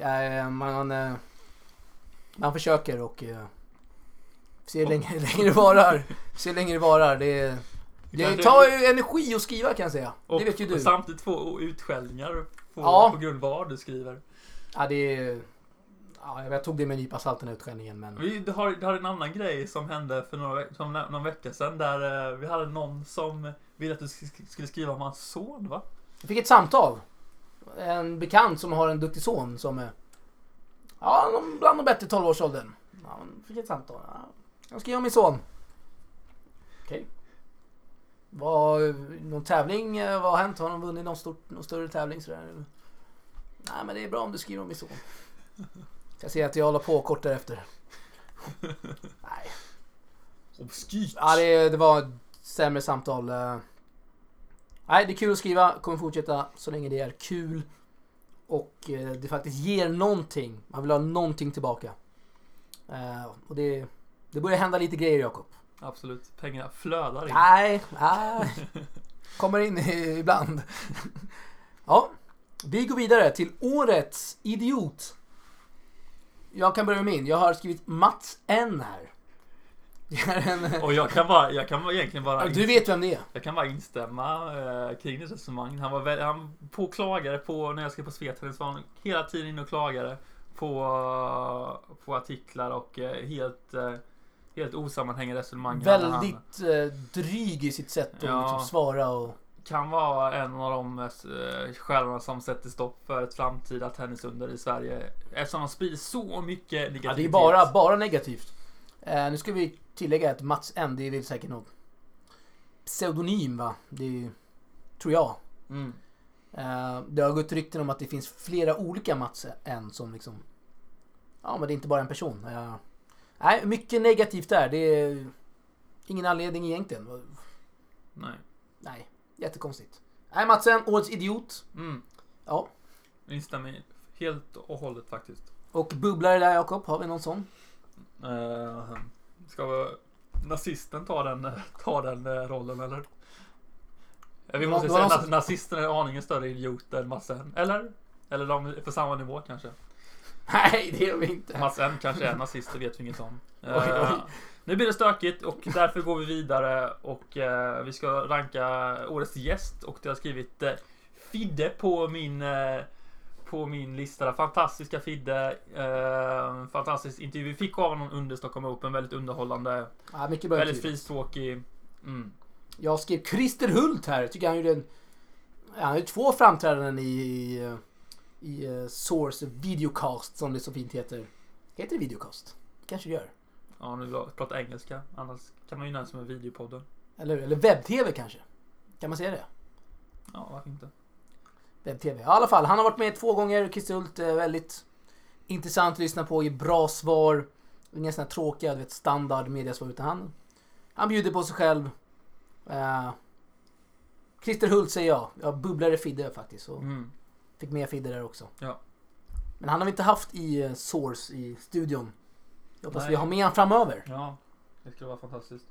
Man försöker och se länge det varar. Det tar ju energi att skriva, kan jag säga. Och det vet ju du. Och samtidigt få utskällningar på grund av vad du skriver. Ja, jag tog det med en nypa salt, den utskällningen, men... Du har en annan grej som hände för någon vecka sedan, där vi hade någon som ville att du skulle skriva om hans son, va? Jag fick ett samtal. En bekant som har en duktig son som är bland de bättre 12-årsåldern. Jag fick ett samtal. Jag skriver om min son. Okej. Någon tävling, vad har hänt? Har de vunnit någon större tävling? Sådär? Nej, men det är bra om du skriver om min son. Jag ser att jag håller på kort därefter. Nej. Obskyrt. Ja, det var ett sämre samtal. Nej, det är kul att skriva. Kommer fortsätta så länge det är kul. Och det faktiskt ger någonting. Man vill ha någonting tillbaka. Och det börjar hända lite grejer, Jakob. Absolut. Pengarna flödar in. Nej. Kommer in ibland. Ja. Vi går vidare till årets idiot. Jag kan börja med min. Jag har skrivit Mats N här. Och jag kan egentligen bara... Du vet vem det är. Jag kan bara instämma kring det resonemang. Han klagade på, när jag skrev på Svetenskap, var han hela tiden inne och klagade på artiklar och helt osammanhängande resonemang. Väldigt dryg i sitt sätt att liksom svara och... Kan vara en av de själva som sätter stopp för ett framtida tennisunder i Sverige, eftersom de sprider så mycket negativitet. Ja, det är bara negativt. Nu ska vi tillägga att Mats N, det är väl säkert något pseudonym, va? Det tror jag. Det har gått rykten om att det finns flera olika Mats N som liksom... Ja, men det är inte bara en person. Nej, mycket negativt där. Det är ingen anledning egentligen. Nej. Jättekonstigt. Nej, Mats N, årets idiot. Ja. Instämmer helt och hållet faktiskt. Och bubblare där, Jakob, har vi någon sån? Ska nazisten ta den rollen, eller? Vi måste säga att nazisten är aningen större idiot än Mats N. Eller de är på samma nivå kanske. Nej, det är de inte. Mats N kanske är nazist, det vet vi inget om. Nu blir det stökigt och därför går vi vidare och vi ska ranka årets gäst, och det har skrivit Fidde på min lista. Fantastiska Fidde, fantastisk intervju. Vi fick av honom under Stockholm Open, väldigt underhållande, mycket bra, väldigt frispråkig. Jag skrev Christer Hult här. Tycker han gjorde han gjorde 2 framträdanden i Source Videocast, som det så fint heter. Heter det Videocast? Kanske det gör. Ja, nu pratar engelska. Annars kan man ju nämna som en videopodden. Eller webb-tv kanske. Kan man säga det? Ja, varför inte? Webb-tv. Ja, i alla fall, han har varit med 2 gånger. Christer Hult, väldigt intressant att lyssna på. Ge bra svar. Inga sådana tråkiga, standard mediasvar, utan han bjuder på sig själv. Christer Hult säger jag. Jag bubblade Fidde faktiskt. Och fick med Fidde där också. Ja. Men han har vi inte haft i Source i studion. Jag hoppas vi har med han framöver. Ja, det skulle vara fantastiskt.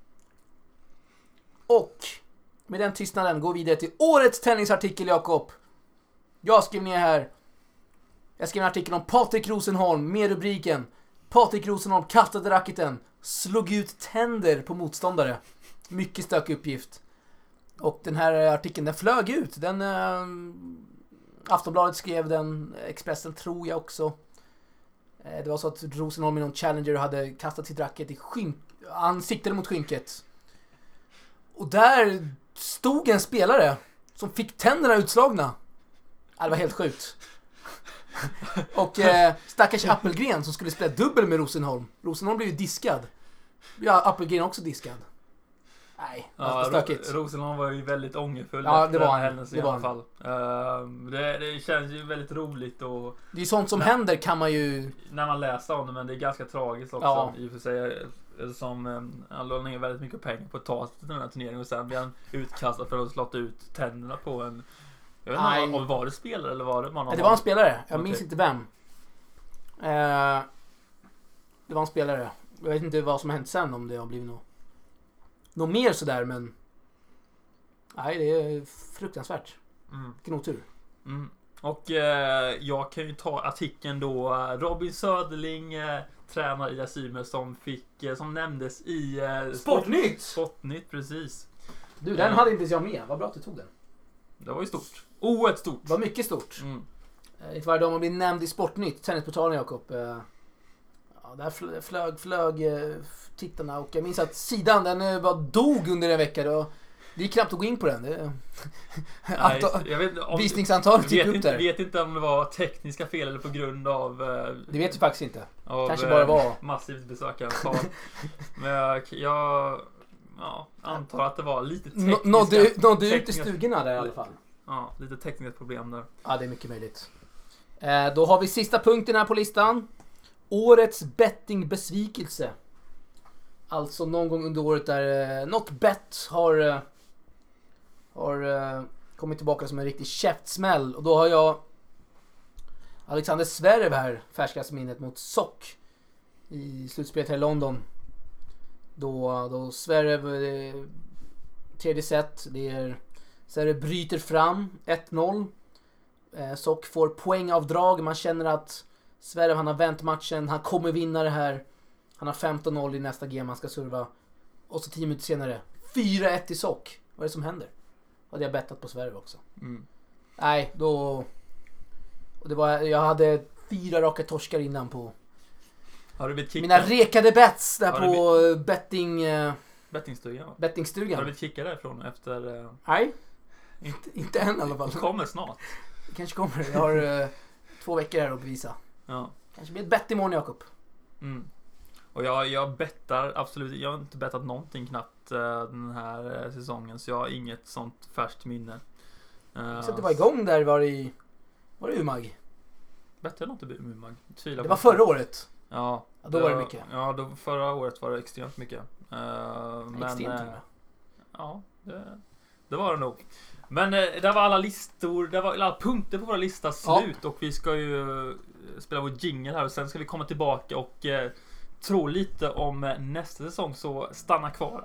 Och med den tystnaden går vi vidare till årets tennisartikel, Jakob. Jag skrev ner här. Jag skrev en artikel om Patrik Rosenholm med rubriken Patrik Rosenholm kastade racketen, slog ut tänder på motståndare. Mycket stök uppgift. Och den här artikeln, den flög ut. Aftonbladet skrev den, Expressen tror jag också. Det var så att Rosenholm i någon Challenger hade kastat sitt racket i ansiktet mot skynket. Och där stod en spelare som fick tänderna utslagna. Det var helt sjukt. Och stackars Appelgren som skulle spela dubbel med Rosenholm. Rosenholm blev ju diskad. Ja, Appelgren också diskad. Nej, stökigt. Rosenholm var ju väldigt ångerfull. Ja, det var hennes i alla fall. Det känns ju väldigt roligt och det är sånt som händer, kan man ju när man läser om det, men det är ganska tragiskt också i och för sig, som han låg ner väldigt mycket pengar på att ta till den här turneringen och sen blir han utkastad för att ha slått ut tänderna på Jag vet inte om var det spelare eller var det man? Det var en spelare. Jag minns inte vem. Det var en spelare. Jag vet inte vad som har hänt sen, om det har blivit något mer sådär, men nej, det är fruktansvärt. Vilken otur. Och jag kan ju ta artikeln då. Robin Söderling tränar i Asime som nämndes i Sportnytt, precis. Du, den hade inte jag med. Vad bra att du tog den. Det var ju stort. Oerhört stort. Det var mycket stort. Inte varje dag man blir nämnd i Sportnytt. Tennisportalen, Jakob. Där flög tittarna, och jag minns att sidan den bara dog under en vecka då. Det är knappt att gå in på den. Visningsantalet gick upp där. Jag vet inte om det var tekniska fel eller på grund av... Det vet vi faktiskt inte. Kanske bara var... massivt besökarantal. Men jag antar att det var lite tekniska... Nådde ut i stugorna där i alla fall. Ja, lite tekniska problem där. Ja, det är mycket möjligt. Då har vi sista punkten här på listan. Årets bettingbesvikelse. Alltså någon gång under året där något bett har kommit tillbaka som en riktig käftsmäll. Och då har jag Alexander Zverev här, färskast minnet, mot Sock i slutspelet här i London. Då Zverev tredje set, Zverev bryter fram 1-0. Sock får poängavdrag. Man känner att Zverev, han har vänt matchen, han kommer vinna det här. Han har 15-0 i nästa game han ska serva. Och så 10 minuter senare 4-1 i Sock. Vad är det som händer? Hade jag bettat på Zverev också. Nej, då... Och det var, jag hade 4 raka torskar innan på... Har du blivit kickad? Mina rekade bets där på bettingstugan. Bettingstugan. Har du blivit kickad därifrån efter... Nej, inte än i alla fall. Det kommer snart. Det kanske kommer. Jag har 2 veckor här att bevisa. Ja. Kanske blir ett bett imorgon, Jakob. Och jag bettar absolut. Jag har inte bettat någonting knappt den här säsongen, så jag har inget sånt färskt minne. Så att det var igång där, var det Umag? Bettade jag inte Umag? Det var förra året. Ja. Då var det mycket. Ja, förra året var det extremt mycket. Extremt. Ja, det var det nog. Men där var alla listor, där var alla punkter på våra lista slut. Ja. Och vi ska ju spela vår jingle här, och sen ska vi komma tillbaka och tro lite om nästa säsong, så stanna kvar.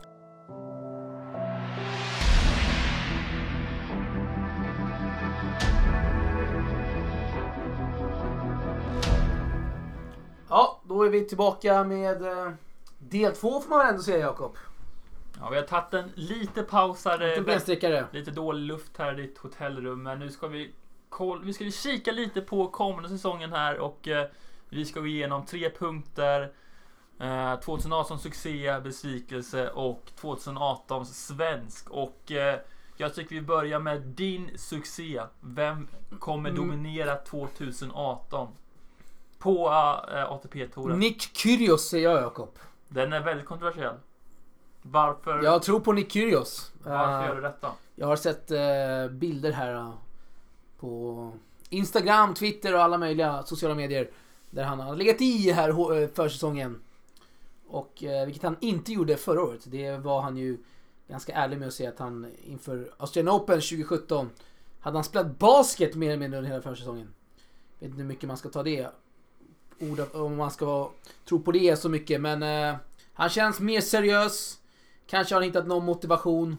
Ja, då är vi tillbaka med del 2, får man väl ändå säga, Jakob. Ja, vi har tagit en lite pausare, lite dålig luft här i ditt hotellrum, men nu ska vi kika lite på kommande säsongen här, och vi ska gå igenom 3 punkter. 2018 succé, besvikelse och 2018 svensk. Och jag tycker vi börjar med din succé. Vem kommer dominera 2018 på ATP-touren? Nick Kyrgios, säger jag, Jakob. Den är väldigt kontroversiell. Varför? Jag tror på Nick Kyrgios. Varför gör du detta? Jag har sett bilder här på Instagram, Twitter och alla möjliga sociala medier där han har legat i här för säsongen. Och vilket han inte gjorde förra året. Det var han ju ganska ärlig med att säga, att han inför Australian Open 2017 hade han spelat basket mer eller mindre under hela försäsongen. Jag vet inte hur mycket man ska ta det om man ska tro på det så mycket, men han känns mer seriös. Kanske har han hittat någon motivation.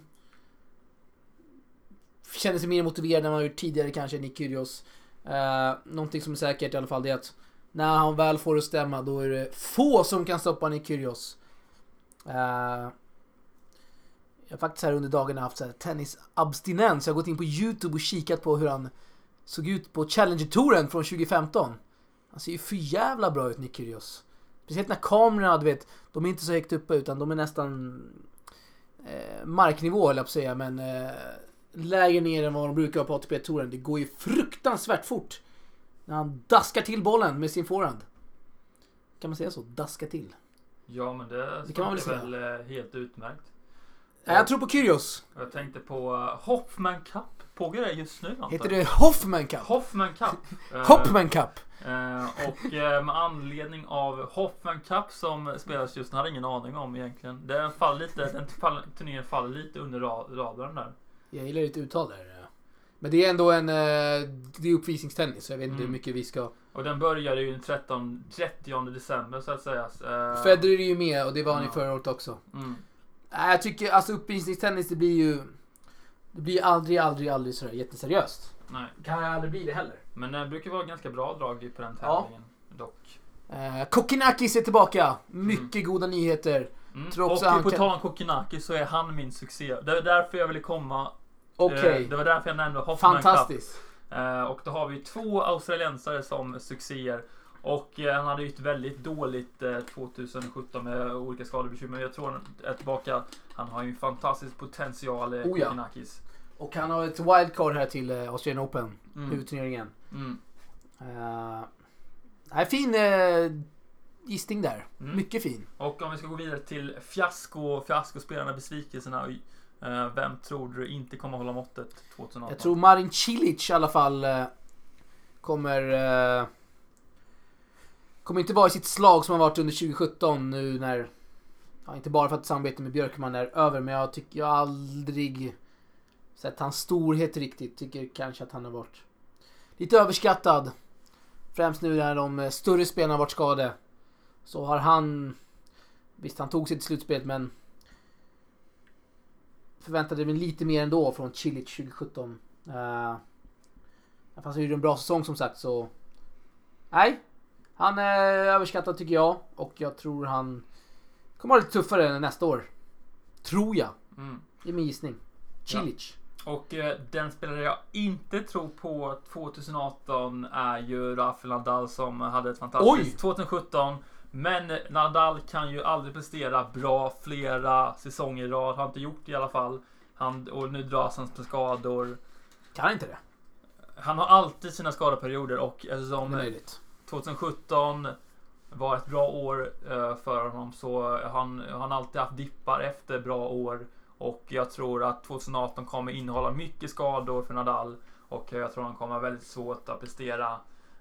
Känner sig mer motiverad än man har gjort tidigare, kanske, Nick Kyrgios. Någonting som är säkert i alla fall, det är att när han väl får det stämma, då är det få som kan stoppa Nick Kyrgios. Jag har faktiskt här under dagen haft så här tennisabstinens. Jag har gått in på YouTube och kikat på hur han såg ut på Challenger-touren från 2015. Han ser ju för jävla bra ut, Nick Kyrgios. Speciellt när kamerorna, du vet, de är inte så högt uppe, utan de är nästan marknivå, eller jag säga, men lägre ner än vad de brukar vara på ATP-touren. Det går ju fruktansvärt fort när han daskar till bollen med sin forehand. Kan man säga så? Daska till. Ja, men det kan man väl helt utmärkt. Jag tror på Kyrgios. Jag tänkte på Hoffman Cup. Pågår det just nu? Heter det Hoffman Cup? Hoffman Cup. Hoffman Cup. Och med anledning av Hoffman Cup som spelas just nu, hade ingen aning om egentligen. Den turneringen faller lite under radarn där. Jag gillar ditt uttal där. Men det är ändå det är uppvisningstennis, så jag vet inte hur mycket vi ska... Och den började ju den 30 december så att säga. Federer är ju med och det var han i förra året också. Jag tycker alltså uppvisningstennis det blir aldrig sådär jätteseriöst. Nej. Kan jag aldrig bli det heller. Men det brukar vara ganska bra drag på den tävlingen dock. Kokkinakis är tillbaka. Mycket goda nyheter. Tror också och på tal om Kokkinakis så är han min succé. Det var därför jag ville komma. Det var därför jag nämnde Hoffman Cup. Fantastiskt. Och då har vi 2 australiensare som succéer. Och han hade ju ett väldigt dåligt 2017 med olika skadebekymmer. Jag tror han är tillbaka. Han har ju en fantastisk potential, Kokkinakis. Och han har ett wildcard här till Australian Open, huvudturneringen. Fin gissning där. Mycket fin. Och om vi ska gå vidare till fiaskospelarna, besvikelserna. Vem tror du inte kommer hålla måttet 2018? Jag tror Marin Cilic i alla fall kommer inte vara i sitt slag som har varit under 2017 nu när, inte bara för att samarbetet med Björkman är över, men jag tycker jag aldrig sett hans storhet riktigt. Tycker kanske att han har varit lite överskattad. Främst nu när de större spelarna har varit skadade. Så har han, visst han tog sig till slutspelet, men förväntade mig lite mer ändå från Cilic 2017. Fast han gjorde en bra säsong som sagt, så nej, han är överskattad tycker jag. Och jag tror han kommer vara lite tuffare nästa år. Tror jag. Det är min gissning. Cilic. Ja. Och den spelare jag inte tror på 2018 är ju Rafael Nadal som hade ett fantastiskt 2017. Men Nadal kan ju aldrig prestera bra flera säsonger i rad. Har inte gjort det i alla fall. Och nu dras han på skador. Kan inte det? Han har alltid sina skadeperioder och eftersom 2017 var ett bra år för honom så han alltid haft dippar efter bra år. Och jag tror att 2018 kommer innehålla mycket skador för Nadal. Och jag tror han kommer ha väldigt svårt att prestera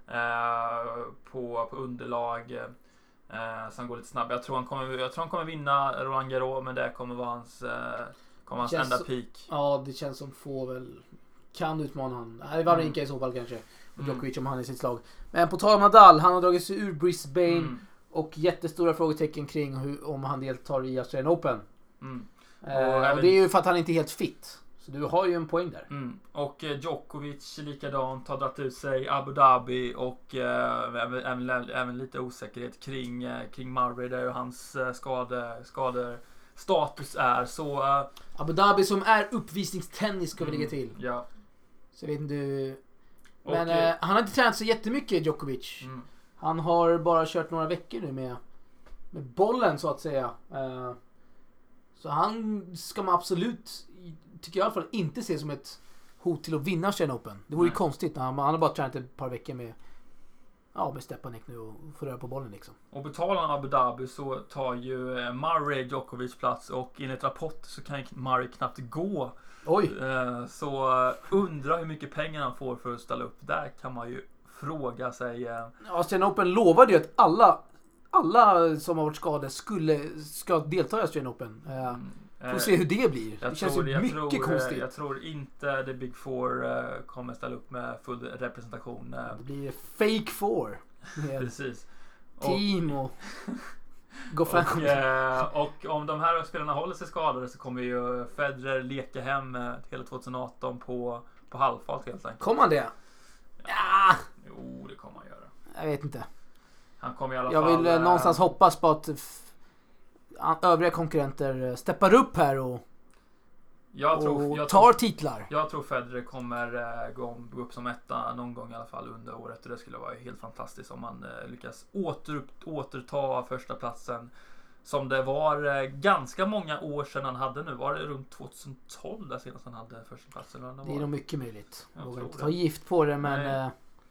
på underlag som går lite snabbt. Jag tror han kommer vinna Roland Garros, men det kommer vara hans enda peak. Ja, det känns som kan utmana han. Det var Rinka i så fall kanske. Och Djokovic om han är i sitt slag. Men på tal om Nadal, han har dragit sig ur Brisbane och jättestora frågetecken kring om han deltar i Australian Open. Och det är ju för att han inte är helt fit. Så du har ju en poäng där. Och Djokovic likadant har dragit ut sig Abu Dhabi och även lite osäkerhet kring Murray där ju hans skadestatus är. Så Abu Dhabi som är uppvisningstennis ska vi lägga till. Ja. Så jag vet inte. Men han har inte tränat så jättemycket, Djokovic. Han har bara kört några veckor nu med bollen så att säga. Så han ska man absolut, tycker jag i alla fall, inte se som ett hot till att vinna Australian Open. Det vore ju konstigt. Han har bara tränat ett par veckor med Stepanek nu och får röra på bollen liksom. Och på tal om Abu Dhabi så tar ju Murray Djokovic plats och enligt rapport så kan Murray knappt gå. Oj! Så undrar hur mycket pengar han får för att ställa upp. Där kan man ju fråga sig. Australian Open lovade ju att alla som har varit skadade ska delta i Australian Open. Får se hur det blir. Det känns ju mycket konstigt. Jag tror inte The Big Four kommer ställa upp med full representation. Det blir Fake Four. Precis. Team och gå fram. Och om de här spelarna håller sig skadade så kommer ju Federer leka hem hela 2018 på halvfart helt enkelt. Kommer han det? Ja. Jo, det kommer han göra. Jag vet inte. Han kommer i alla jag fall... vill någonstans hoppas på att övriga konkurrenter steppar upp här och tar titlar. Jag tror Federer kommer gå upp som etta någon gång i alla fall under året. Och det skulle vara helt fantastiskt om man lyckas återta första platsen som det var ganska många år sedan han hade nu. Var det runt 2012 där senast han hade första platsen? Det är nog mycket möjligt. Jag vågar inte ta gift på det, men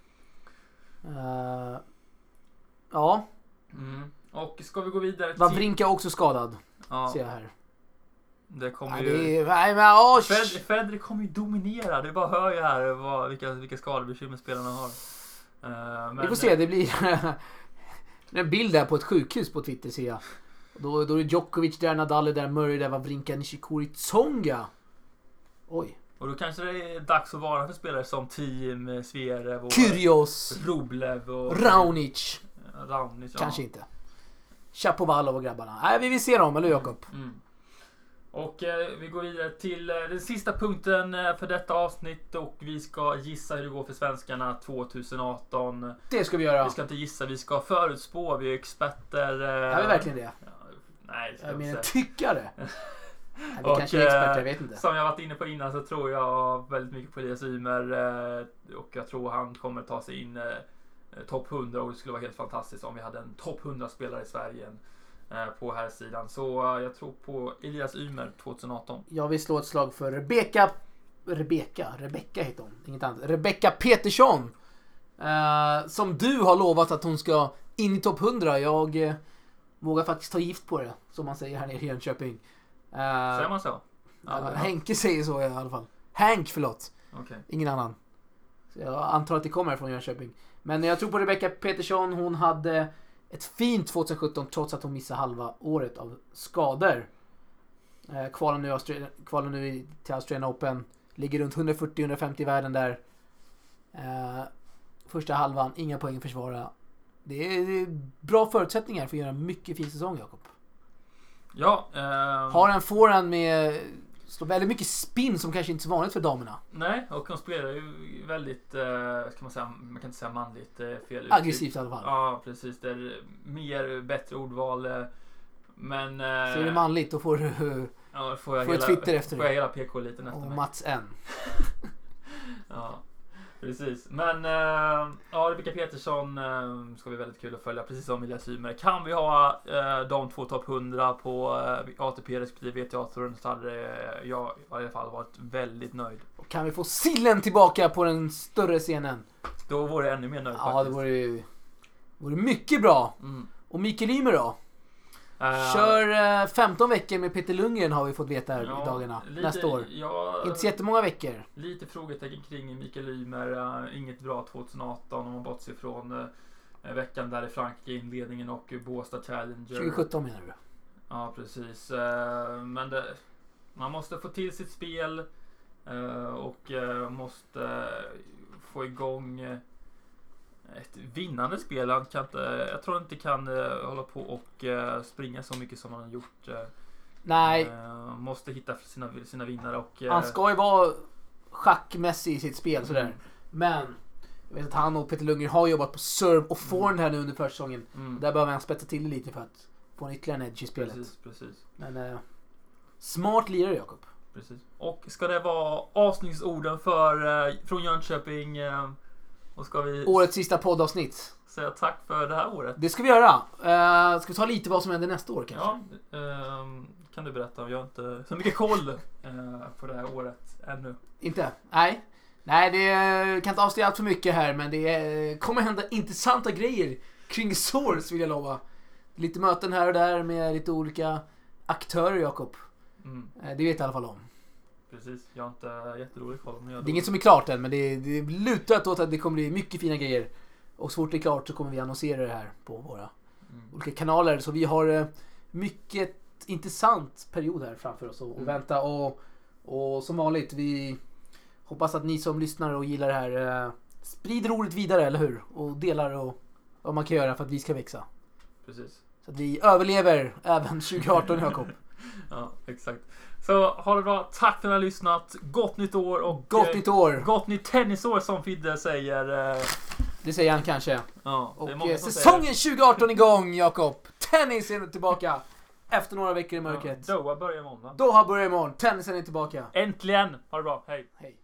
ja. Och ska vi gå vidare till... Wawrinka också skadad. Ser jag här. Det kommer Federer kommer ju dominera. Det bara hör ju här vilka skadebekymmer spelarna har. Vi får se, det blir en bild där på ett sjukhus på Twitter ser jag. Då är det Djokovic där, Nadal där, Murray där, Wawrinka, Nishikori, Tsonga. Oj. Och då kanske det är dags att vara för spelare som Team, Zverev och Kyrgios, Rublev och Raonic. Raonic, ja. Kanske inte. Chapovalov och grabbarna. Nej, vi vill se dem, eller Jakob? Och vi går vidare till den sista punkten för detta avsnitt. Och vi ska gissa hur det går för svenskarna 2018. Det ska vi göra. Vi ska inte gissa, vi ska förutspå. Vi är experter. Är vi verkligen det? Nej, jag menar tyckare. Nej, vi och, kanske är experter, jag vet inte. Som jag varit inne på innan så tror jag väldigt mycket på Elias Ymer. Och jag tror han kommer ta sig in topp 100. Och det skulle vara helt fantastiskt om vi hade en topp 100 spelare i Sverige på här sidan. Så jag tror på Elias Ymer 2018. Jag vill slå ett slag för Rebecca heter hon, inget annat. Rebecca Petersson. Som du har lovat att hon ska in i topp 100. Jag vågar faktiskt ta gift på det, som man säger här nere i Jönköping. Säger man så? Henke säger så i alla fall. Hank, förlåt. Okay. Ingen annan. Så jag antar att det kommer från Jönköping. Men jag tror på Rebecca Petersson. Hon hade ett fint 2017 trots att hon missade halva året av skador. Kvalar nu till Australian Open. Ligger runt 140-150 i världen där. Första halvan, inga poäng försvara. Det är bra förutsättningar för att göra en mycket fin säsong, Jakob. Ja. Har en forehand med slår väldigt mycket spin som kanske inte är så vanligt för damerna. Nej, och de spelar ju väldigt, ska man säga, man kan inte säga manligt, fel. Aggressivt i alla fall. Ja, precis. Det är mer, bättre ordval. Men... Så är det manligt, då får du får jag hela, Twitter efter får jag hela PK lite nästan. Och Mats N. Ja, precis. Men Rebecca Petersson ska bli väldigt kul att följa, precis som Elias Ymer. Kan vi ha de två topp 100 på ATP respektive VTA-touren så hade jag i alla fall varit väldigt nöjd. Och kan vi få Sillen tillbaka på den större scenen? Då vore jag ännu mer nöjd faktiskt. Ja, det vore mycket bra. Och Mikael Ymer då? Kör 15 veckor med Peter Lundgren har vi fått veta här i dagarna. Nästa år. Inte så jättemånga veckor. Lite frågetecken kring Mikael Ymer. Inget bra 2018 om man bortser från veckan där i Frankrike inledningen och Båstad Challenger. 2017 menar du? Ja, precis. Men man måste få till sitt spel och måste få igång ett vinnande spel. Han kan inte, jag tror inte kan hålla på och springa så mycket som han har gjort. Nej. Måste hitta sina vinnare. Och, han ska ju vara schackmässig i sitt spel sådär. Men jag vet att han och Peter Lundgren har jobbat på serve och forehand här nu under försäsongen. Där behöver han spetsa till det lite för att få en ytterligare edge i spelet. Precis. Men smart lirare, Jakob. Precis. Och ska det vara avsnittsorden från Jönköping? Och ska vi årets sista poddavsnitt. Säga tack för det här året. Det ska vi göra. Ska vi ta lite vad som händer nästa år kanske? Ja, kan du berätta? Jag har inte så mycket koll på det här året ännu. Inte? Nej, det kan inte avslöja allt för mycket här, men det kommer hända intressanta grejer kring Source, vill jag lova. Lite möten här och där med lite olika aktörer, Jakob. Det vet jag i alla fall om. Precis, jag har inte jätterolig koll. Det är inget som är klart än, men det lutar åt att det kommer bli mycket fina grejer. Och så fort det är klart så kommer vi annonsera det här på våra olika kanaler. Så vi har mycket intressant period här framför oss och vänta. Och som vanligt, vi hoppas att ni som lyssnar och gillar det här sprider ordet vidare, eller hur? Och delar och vad man kan göra för att vi ska växa. Precis. Så att vi överlever även 2018, Jakob. Ja, exakt. Så ha det bra. Tack för att ni har lyssnat. Gott nytt år. Och gott nytt år. Gott nytt tennisår som Fidde säger. Det säger han kanske. Ja, och säsongen 2018 igång, Jakob. Tennis är tillbaka efter några veckor i mörkret. Doha börjar imorgon, va? Doha börjar imorgon. Tennisen är tillbaka. Äntligen. Ha det bra. Hej. Hej.